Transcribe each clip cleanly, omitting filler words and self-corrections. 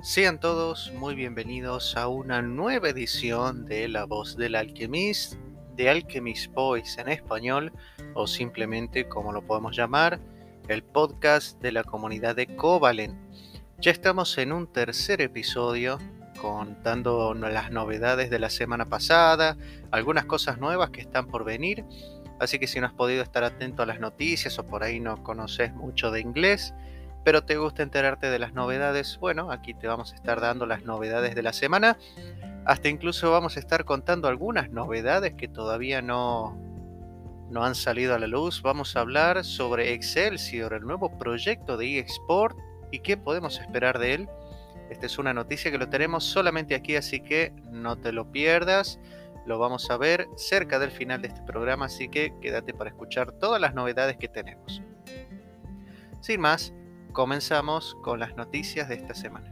Sean todos muy bienvenidos a una nueva edición de La Voz del Alchemist, de Alchemist Voice en español, o simplemente como lo podemos llamar, el podcast de la comunidad de Covalent. Ya estamos en un tercer episodio contando las novedades de la semana pasada, algunas cosas nuevas que están por venir, así que si no has podido estar atento a las noticias o por ahí no conoces mucho de inglés, pero te gusta enterarte de las novedades, bueno, aquí te vamos a estar dando las novedades de la semana. Hasta incluso vamos a estar contando algunas novedades que todavía no han salido a la luz. Vamos a hablar sobre Excelsior, el nuevo proyecto de eSport y qué podemos esperar de él. Esta es una noticia que lo tenemos solamente aquí, así que no te lo pierdas. Lo vamos a ver cerca del final de este programa, así que quédate para escuchar todas las novedades que tenemos. Sin más, comenzamos con las noticias de esta semana.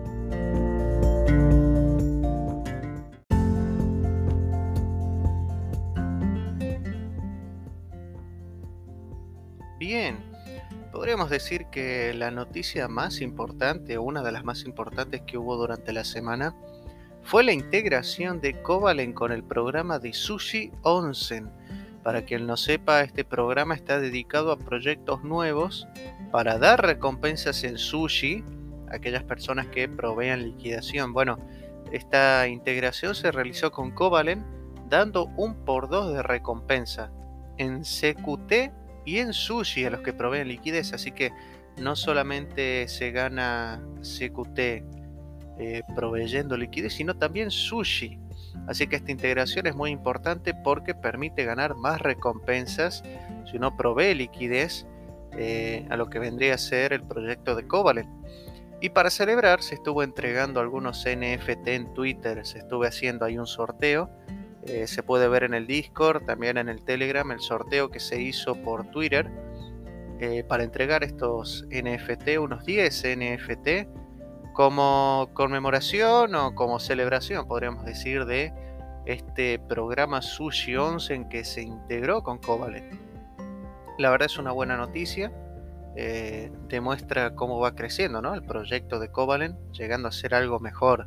Bien, podríamos decir que la noticia más importante o una de las más importantes que hubo durante la semana fue la integración de Covalent con el programa de Sushi Onsen. Para quien no sepa, este programa está dedicado a proyectos nuevos para dar recompensas en sushi a aquellas personas que provean liquidación. Bueno, esta integración se realizó con Covalent dando un por 2 de recompensa en CQT y en sushi a los que proveen liquidez. Así que no solamente se gana CQT proveyendo liquidez, sino también sushi. Así que esta integración es muy importante porque permite ganar más recompensas si uno provee liquidez a lo que vendría a ser el proyecto de Covalent. Y para celebrar se estuvo entregando algunos NFT en Twitter, se estuvo haciendo ahí un sorteo. Se puede ver en el Discord, también en el Telegram, el sorteo que se hizo por Twitter para entregar estos NFT, unos 10 NFT, como conmemoración o como celebración, podríamos decir, de este programa Sushi Onsen que se integró con Covalent. La verdad es una buena noticia, demuestra cómo va creciendo, ¿no?, el proyecto de Covalent, llegando a ser algo mejor.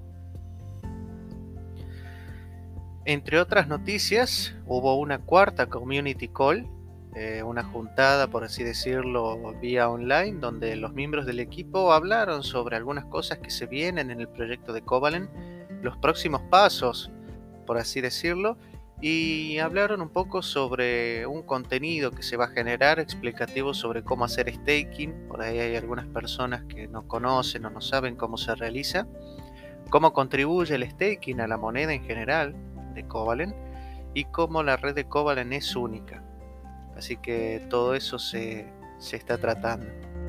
Entre otras noticias, hubo una cuarta community call, una juntada, por así decirlo, vía online, donde los miembros del equipo hablaron sobre algunas cosas que se vienen en el proyecto de Covalent, los próximos pasos, por así decirlo, y hablaron un poco sobre un contenido que se va a generar explicativo sobre cómo hacer staking. Por ahí hay algunas personas que no conocen o no saben cómo se realiza, cómo contribuye el staking a la moneda en general de Covalent y cómo la red de Covalent es única. Así que todo eso se está tratando.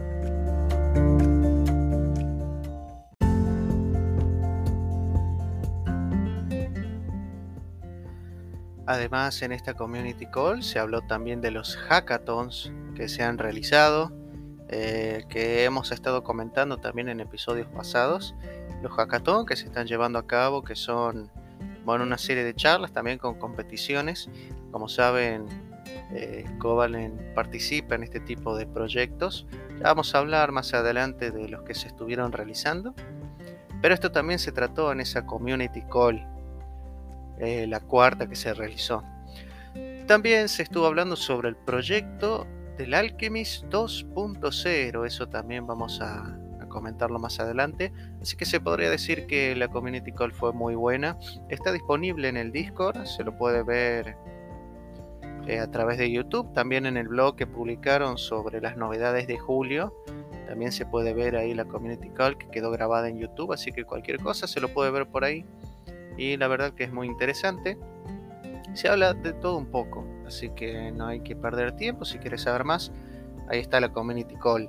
Además, en esta community call se habló también de los hackathons que se han realizado, que hemos estado comentando también en episodios pasados. Los hackathons que se están llevando a cabo, que son, bueno, una serie de charlas también con competiciones. Como saben, Covalent participa en este tipo de proyectos. Ya vamos a hablar más adelante de los que se estuvieron realizando, pero esto también se trató en esa community call, la cuarta que se realizó. También se estuvo hablando sobre el proyecto del Alchemist 2.0, eso también vamos a comentarlo más adelante. Así que se podría decir que la community call fue muy buena. Está disponible en el Discord, se lo puede ver a través de YouTube, también en el blog que publicaron sobre las novedades de julio. También se puede ver ahí la community call que quedó grabada en YouTube, así que cualquier cosa se lo puede ver por ahí. Y la verdad que es muy interesante. Se habla de todo un poco, así que no hay que perder tiempo. Si quieres saber más, ahí está la community call.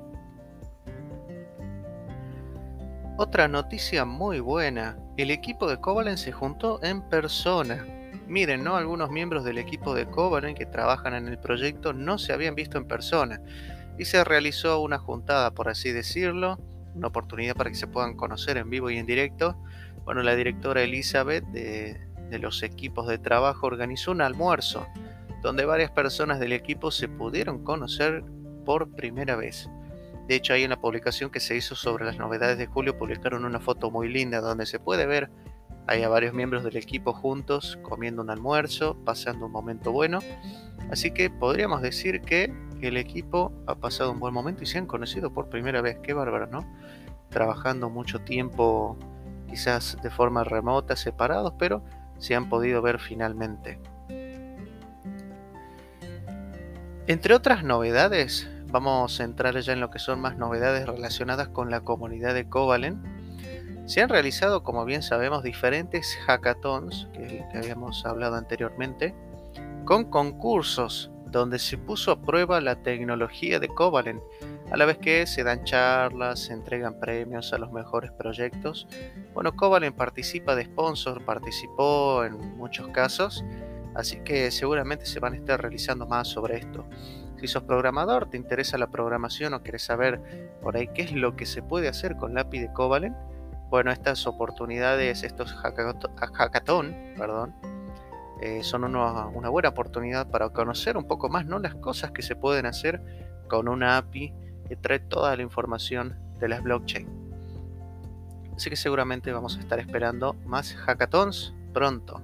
Otra noticia muy buena: el equipo de Covalent se juntó en persona. Miren, ¿no? Algunos miembros del equipo de Covalent que trabajan en el proyecto no se habían visto en persona y se realizó una juntada, por así decirlo, una oportunidad para que se puedan conocer en vivo y en directo. Bueno, la directora Elizabeth de los equipos de trabajo organizó un almuerzo donde varias personas del equipo se pudieron conocer por primera vez. De hecho, hay una publicación que se hizo sobre las novedades de julio, publicaron una foto muy linda donde se puede ver ahí a varios miembros del equipo juntos comiendo un almuerzo, pasando un momento bueno. Así que podríamos decir que el equipo ha pasado un buen momento y se han conocido por primera vez. Qué bárbaro, ¿no? Trabajando mucho tiempo, quizás de forma remota, separados, pero se han podido ver finalmente. Entre otras novedades, vamos a entrar ya en lo que son más novedades relacionadas con la comunidad de Covalent. Se han realizado, como bien sabemos, diferentes hackathons, que es lo que habíamos hablado anteriormente, con concursos donde se puso a prueba la tecnología de Covalent, a la vez que se dan charlas, se entregan premios a los mejores proyectos. Bueno, Covalent participa de sponsor, participó en muchos casos, así que seguramente se van a estar realizando más sobre esto. Si sos programador, te interesa la programación o querés saber por ahí qué es lo que se puede hacer con la API de Covalent, bueno, estas oportunidades, estos hackathon, son una buena oportunidad para conocer un poco más, ¿no?, las cosas que se pueden hacer con una API que trae toda la información de las blockchain. Así que seguramente vamos a estar esperando más hackathons pronto.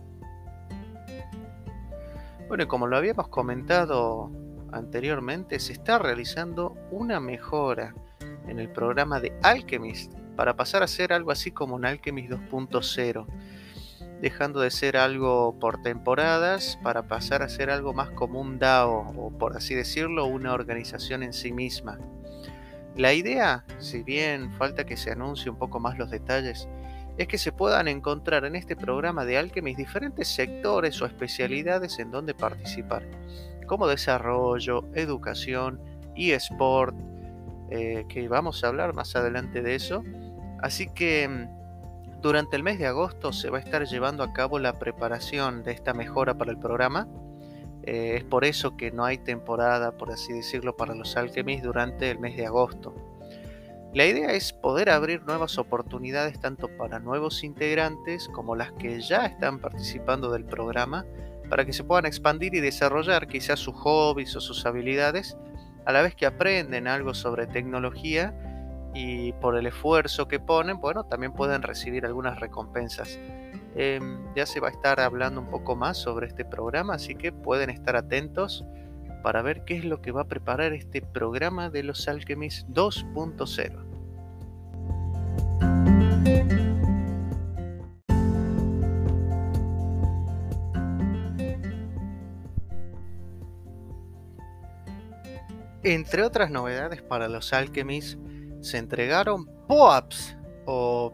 Bueno, y como lo habíamos comentado anteriormente, se está realizando una mejora en el programa de Alchemist para pasar a ser algo así como un Alchemist 2.0, dejando de ser algo por temporadas para pasar a ser algo más como un DAO, o por así decirlo, una organización en sí misma. La idea, si bien falta que se anuncie un poco más los detalles, es que se puedan encontrar en este programa de Alchemist diferentes sectores o especialidades en donde participar, como desarrollo, educación, eSport, que vamos a hablar más adelante de eso. Así que durante el mes de agosto se va a estar llevando a cabo la preparación de esta mejora para el programa. Es por eso que no hay temporada, por así decirlo, para los Alchemist durante el mes de agosto. La idea es poder abrir nuevas oportunidades tanto para nuevos integrantes como las que ya están participando del programa, para que se puedan expandir y desarrollar quizás sus hobbies o sus habilidades, a la vez que aprenden algo sobre tecnología y por el esfuerzo que ponen, bueno, también pueden recibir algunas recompensas. Ya se va a estar hablando un poco más sobre este programa, así que pueden estar atentos para ver qué es lo que va a preparar este programa de los Alchemist 2.0. Entre otras novedades para los Alchemist, se entregaron POAPs o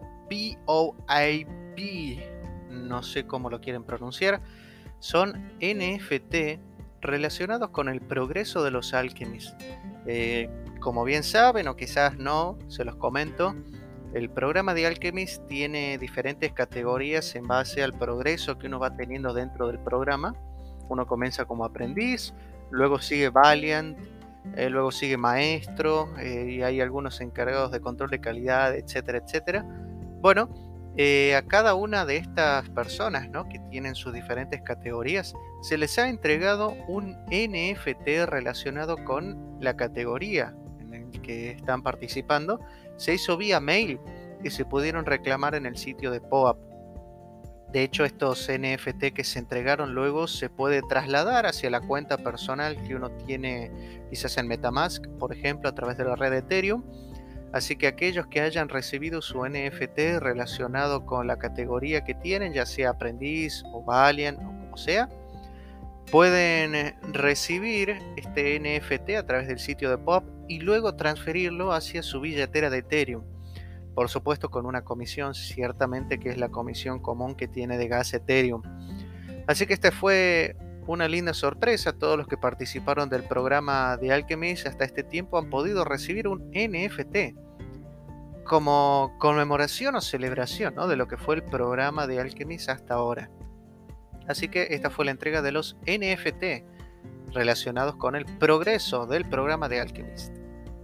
POAP, no sé cómo lo quieren pronunciar. Son NFT relacionados con el progreso de los Alchemist. Como bien saben, o quizás no, se los comento, el programa de Alchemist tiene diferentes categorías en base al progreso que uno va teniendo dentro del programa. Uno comienza como aprendiz, luego sigue Valiant, luego sigue maestro, y hay algunos encargados de control de calidad, etcétera, etcétera. Bueno, a cada una de estas personas, ¿no?, que tienen sus diferentes categorías, se les ha entregado un NFT relacionado con la categoría en el que están participando. Se hizo vía mail y se pudieron reclamar en el sitio de POAP. De hecho, estos NFT que se entregaron luego se puede trasladar hacia la cuenta personal que uno tiene quizás en MetaMask, por ejemplo, a través de la red de Ethereum. Así que aquellos que hayan recibido su NFT relacionado con la categoría que tienen, ya sea aprendiz o Valiant o como sea, pueden recibir este NFT a través del sitio de POAP y luego transferirlo hacia su billetera de Ethereum. Por supuesto con una comisión, ciertamente, que es la comisión común que tiene de gas Ethereum. Así que esta fue una linda sorpresa. Todos los que participaron del programa de Alchemist hasta este tiempo han podido recibir un NFT como conmemoración o celebración, ¿no?, de lo que fue el programa de Alchemist hasta ahora. Así que esta fue la entrega de los NFT relacionados con el progreso del programa de Alchemist.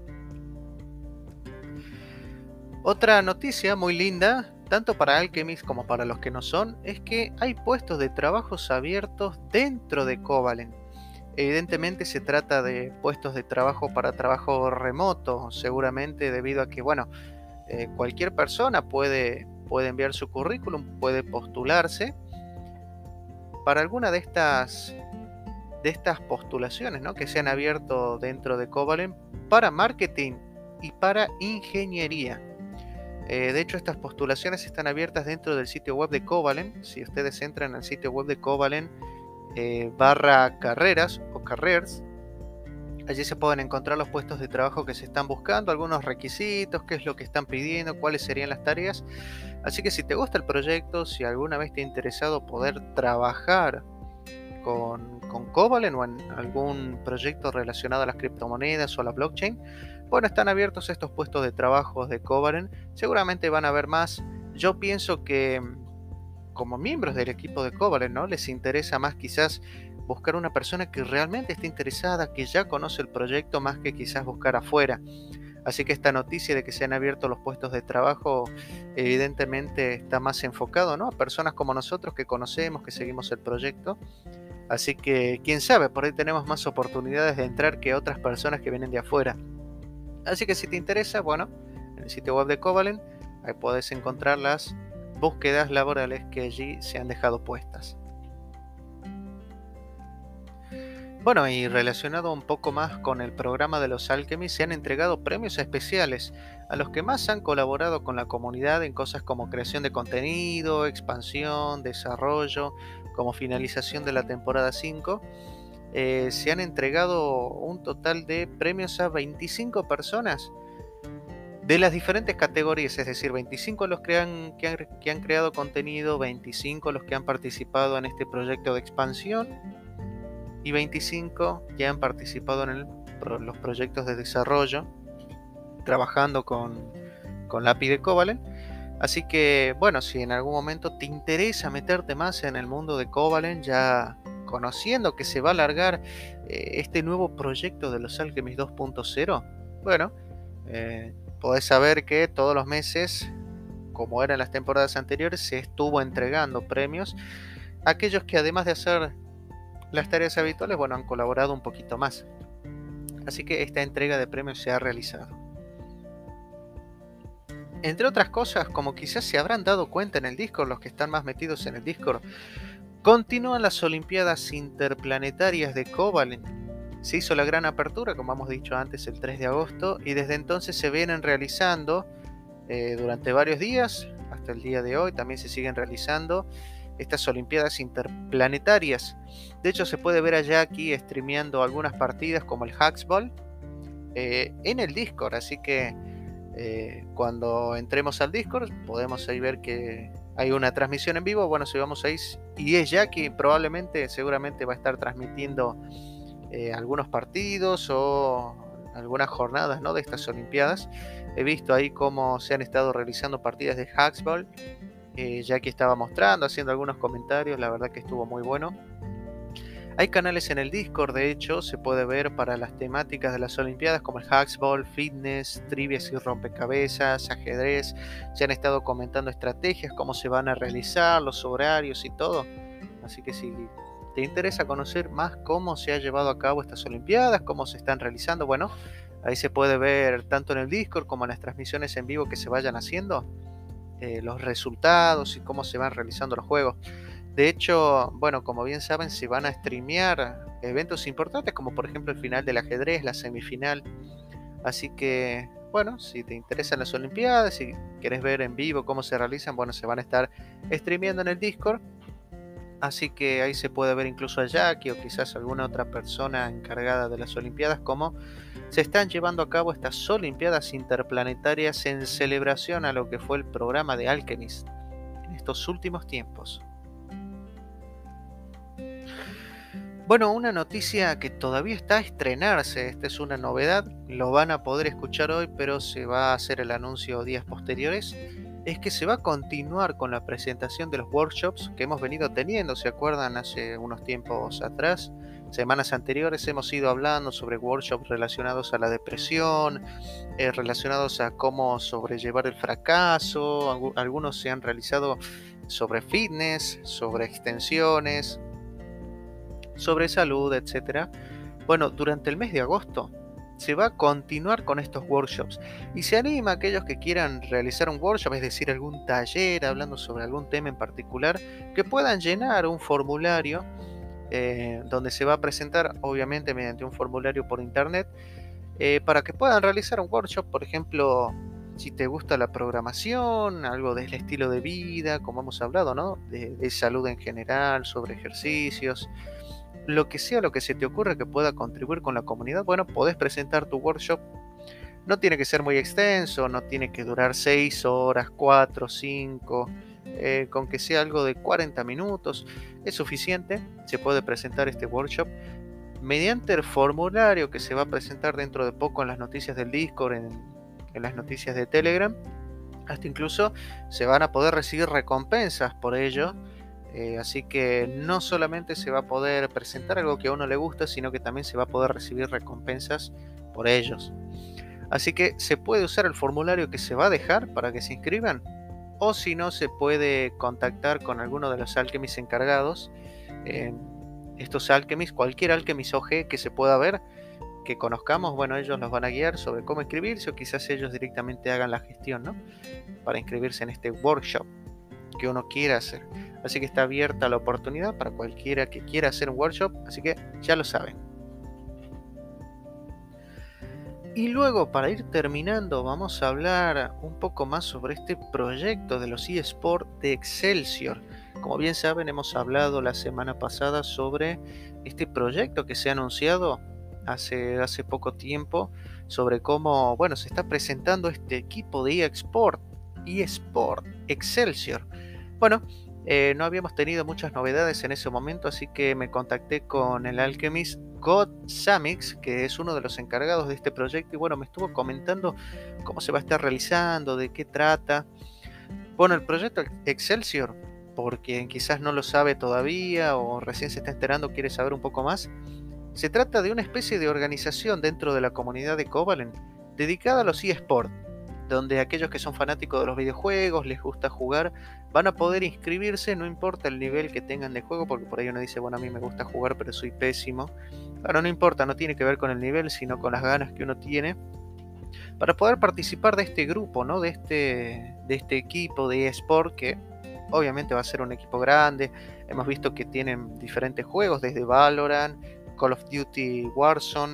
Otra noticia muy linda, tanto para Alchemist como para los que no son, es que hay puestos de trabajos abiertos dentro de Covalent. Evidentemente se trata de puestos de trabajo para trabajo remoto, seguramente debido a que, bueno, cualquier persona puede enviar su currículum, puede postularse para alguna de estas postulaciones, ¿no?, que se han abierto dentro de Covalent para marketing y para ingeniería. De hecho, estas postulaciones están abiertas dentro del sitio web de Covalent. Si ustedes entran al sitio web de Covalent barra carreras o careers, allí se pueden encontrar los puestos de trabajo que se están buscando, algunos requisitos, qué es lo que están pidiendo, cuáles serían las tareas. Así que si te gusta el proyecto, si alguna vez te ha interesado poder trabajar con Covalent o en algún proyecto relacionado a las criptomonedas o a la blockchain, bueno, están abiertos estos puestos de trabajo de Covalent. Seguramente van a haber más. Yo pienso que como miembros del equipo de Covalent, ¿no?, les interesa más quizás buscar una persona que realmente esté interesada, que ya conoce el proyecto, más que quizás buscar afuera. Así que esta noticia de que se han abierto los puestos de trabajo evidentemente está más enfocado, ¿no?, a personas como nosotros que conocemos, que seguimos el proyecto. Así que quién sabe, por ahí tenemos más oportunidades de entrar que otras personas que vienen de afuera. Así que si te interesa, bueno, en el sitio web de Covalent ahí podés encontrar las búsquedas laborales que allí se han dejado puestas. Bueno, y relacionado un poco más con el programa de los Alchemy, se han entregado premios especiales a los que más han colaborado con la comunidad en cosas como creación de contenido, expansión, desarrollo, como finalización de la temporada 5. Se han entregado un total de premios a 25 personas de las diferentes categorías, es decir, 25 los que han creado contenido, 25 los que han participado en este proyecto de expansión y 25 que han participado en los proyectos de desarrollo, trabajando con la API de Covalent. Así que, bueno, si en algún momento te interesa meterte más en el mundo de Covalent, ya conociendo que se va a alargar este nuevo proyecto de los Alchemist 2.0, bueno, podés saber que todos los meses, como era en las temporadas anteriores, se estuvo entregando premios a aquellos que, además de hacer las tareas habituales, bueno, han colaborado un poquito más. Así que esta entrega de premios se ha realizado. Entre otras cosas, como quizás se habrán dado cuenta en el Discord, los que están más metidos en el Discord, continúan las Olimpiadas Interplanetarias de Covalent. Se hizo la gran apertura, como hemos dicho antes, el 3 de agosto, y desde entonces se vienen realizando durante varios días, hasta el día de hoy también se siguen realizando estas Olimpiadas Interplanetarias. De hecho, se puede ver allá aquí streameando algunas partidas como el Hacksball en el Discord, así que cuando entremos al Discord podemos ahí ver que hay una transmisión en vivo. Bueno, si vamos ahí, y es Jackie, seguramente va a estar transmitiendo algunos partidos o algunas jornadas, ¿no?, de estas Olimpiadas. He visto ahí cómo se han estado realizando partidas de Hacksball. Jackie estaba mostrando, haciendo algunos comentarios, la verdad que estuvo muy bueno. Hay canales en el Discord, de hecho, se puede ver para las temáticas de las Olimpiadas como el Hacksball, Fitness, Trivias y Rompecabezas, Ajedrez. Se han estado comentando estrategias, cómo se van a realizar, los horarios y todo. Así que si te interesa conocer más cómo se ha llevado a cabo estas Olimpiadas, cómo se están realizando, bueno, ahí se puede ver tanto en el Discord como en las transmisiones en vivo que se vayan haciendo, los resultados y cómo se van realizando los juegos. De hecho, bueno, como bien saben, se van a streamear eventos importantes, como por ejemplo el final del ajedrez, la semifinal. Así que, bueno, si te interesan las Olimpiadas, si querés ver en vivo cómo se realizan, bueno, se van a estar streameando en el Discord. Así que ahí se puede ver incluso a Jackie o quizás alguna otra persona encargada de las Olimpiadas, cómo se están llevando a cabo estas Olimpiadas Interplanetarias en celebración a lo que fue el programa de Alchemist en estos últimos tiempos. Bueno, una noticia que todavía está a estrenarse, esta es una novedad, lo van a poder escuchar hoy, pero se va a hacer el anuncio días posteriores, es que se va a continuar con la presentación de los workshops que hemos venido teniendo. ¿Se acuerdan? Hace unos tiempos atrás, semanas anteriores, hemos ido hablando sobre workshops relacionados a la depresión, relacionados a cómo sobrellevar el fracaso. Algunos se han realizado sobre fitness, sobre extensiones, sobre salud, etcétera. Bueno, durante el mes de agosto se va a continuar con estos workshops y se anima a aquellos que quieran realizar un workshop, es decir, algún taller hablando sobre algún tema en particular, que puedan llenar un formulario donde se va a presentar, obviamente mediante un formulario por internet, para que puedan realizar un workshop, por ejemplo, si te gusta la programación, algo del estilo de vida, como hemos hablado, ¿no? De salud en general, sobre ejercicios, lo que sea, lo que se te ocurra que pueda contribuir con la comunidad, bueno, podés presentar tu workshop. No tiene que ser muy extenso, no tiene que durar 6 horas, 4, 5, con que sea algo de 40 minutos, es suficiente. Se puede presentar este workshop mediante el formulario que se va a presentar dentro de poco en las noticias del Discord, en las noticias de Telegram. Hasta incluso se van a poder recibir recompensas por ello. Así que no solamente se va a poder presentar algo que a uno le gusta, sino que también se va a poder recibir recompensas por ellos. Así que se puede usar el formulario que se va a dejar para que se inscriban, o si no, se puede contactar con alguno de los alquemis encargados. Estos alquemis, cualquier alquemis OG que se pueda ver, que conozcamos, bueno, ellos nos van a guiar sobre cómo inscribirse, o quizás ellos directamente hagan la gestión, ¿no? Para inscribirse en este workshop que uno quiera hacer. Así que está abierta la oportunidad para cualquiera que quiera hacer un workshop, así que ya lo saben. Y luego, para ir terminando, vamos a hablar un poco más sobre este proyecto de los eSports de Excelsior. Como bien saben, hemos hablado la semana pasada sobre este proyecto que se ha anunciado hace poco tiempo, sobre cómo, bueno, se está presentando este equipo de eSports Excelsior. Bueno, no habíamos tenido muchas novedades en ese momento, así que me contacté con el alquimista God Samix, que es uno de los encargados de este proyecto, y bueno, me estuvo comentando cómo se va a estar realizando, de qué trata. Bueno, el proyecto Excelsior, por quien quizás no lo sabe todavía o recién se está enterando, quiere saber un poco más, se trata de una especie de organización dentro de la comunidad de Covalent dedicada a los eSports, donde aquellos que son fanáticos de los videojuegos, les gusta jugar, van a poder inscribirse, no importa el nivel que tengan de juego, porque por ahí uno dice, bueno, a mí me gusta jugar, pero soy pésimo. Claro, no importa, no tiene que ver con el nivel, sino con las ganas que uno tiene, para poder participar de este grupo, ¿no? De este equipo de eSport, que obviamente va a ser un equipo grande. Hemos visto que tienen diferentes juegos, desde Valorant, Call of Duty Warzone,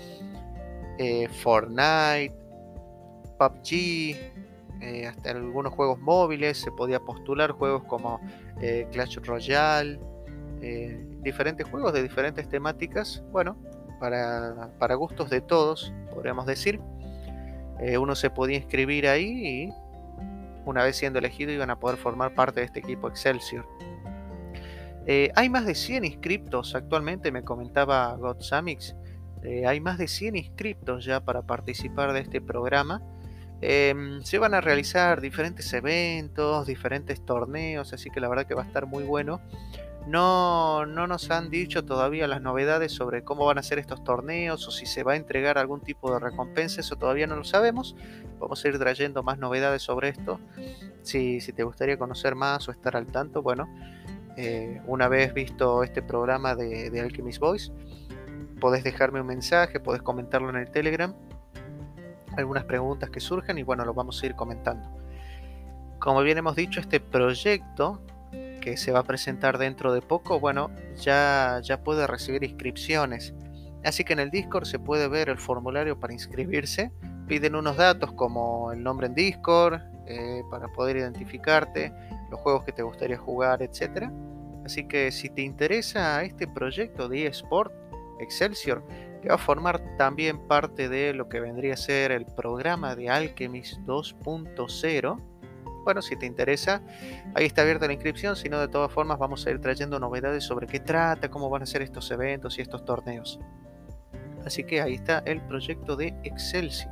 Fortnite, PUBG, hasta algunos juegos móviles. Se podía postular juegos como Clash Royale, diferentes juegos de diferentes temáticas, bueno, para gustos de todos, podríamos decir. Uno se podía inscribir ahí y una vez siendo elegido iban a poder formar parte de este equipo Excelsior. Hay más de 100 inscriptos actualmente, me comentaba God Samix. Hay más de 100 inscriptos ya para participar de este programa. Se van a realizar diferentes eventos, diferentes torneos, así que la verdad que va a estar muy bueno. No nos han dicho todavía las novedades sobre cómo van a ser estos torneos o si se va a entregar algún tipo de recompensa, eso todavía no lo sabemos. Vamos a ir trayendo más novedades sobre esto. Si te gustaría conocer más o estar al tanto, bueno, una vez visto este programa de Alchemist Voice, podés dejarme un mensaje, podés comentarlo en el Telegram, algunas preguntas que surjan y bueno, lo vamos a ir comentando. Como bien hemos dicho, este proyecto que se va a presentar dentro de poco, bueno, ya puede recibir inscripciones. Así que en el Discord se puede ver el formulario para inscribirse. Piden unos datos como el nombre en Discord, para poder identificarte, los juegos que te gustaría jugar, etc. Así que si te interesa este proyecto de eSport Excelsior, que va a formar también parte de lo que vendría a ser el programa de Alchemist 2.0, bueno, si te interesa, ahí está abierta la inscripción. Si no, de todas formas vamos a ir trayendo novedades sobre qué trata, cómo van a ser estos eventos y estos torneos. Así que ahí está el proyecto de Excelsior.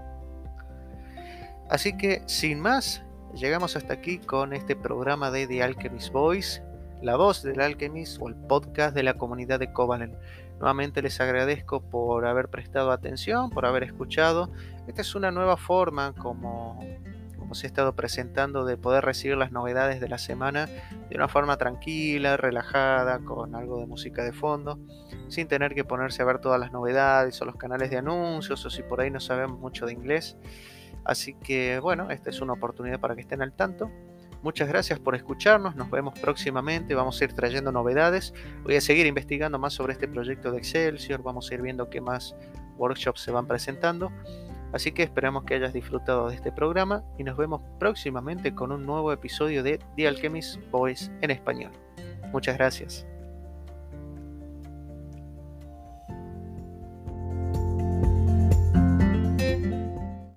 Así que sin más, llegamos hasta aquí con este programa de The Alchemist Voice, la voz del Alchemist o el podcast de la comunidad de Covalent. Nuevamente les agradezco por haber prestado atención, por haber escuchado. Esta es una nueva forma como os he estado presentando, de poder recibir las novedades de la semana de una forma tranquila, relajada, con algo de música de fondo, sin tener que ponerse a ver todas las novedades o los canales de anuncios, o si por ahí no sabemos mucho de inglés. Así que bueno, esta es una oportunidad para que estén al tanto. Muchas gracias por escucharnos, nos vemos próximamente, vamos a ir trayendo novedades. Voy a seguir investigando más sobre este proyecto de Excelsior, vamos a ir viendo qué más workshops se van presentando. Así que esperamos que hayas disfrutado de este programa y nos vemos próximamente con un nuevo episodio de The Alchemist Voice en español. Muchas gracias.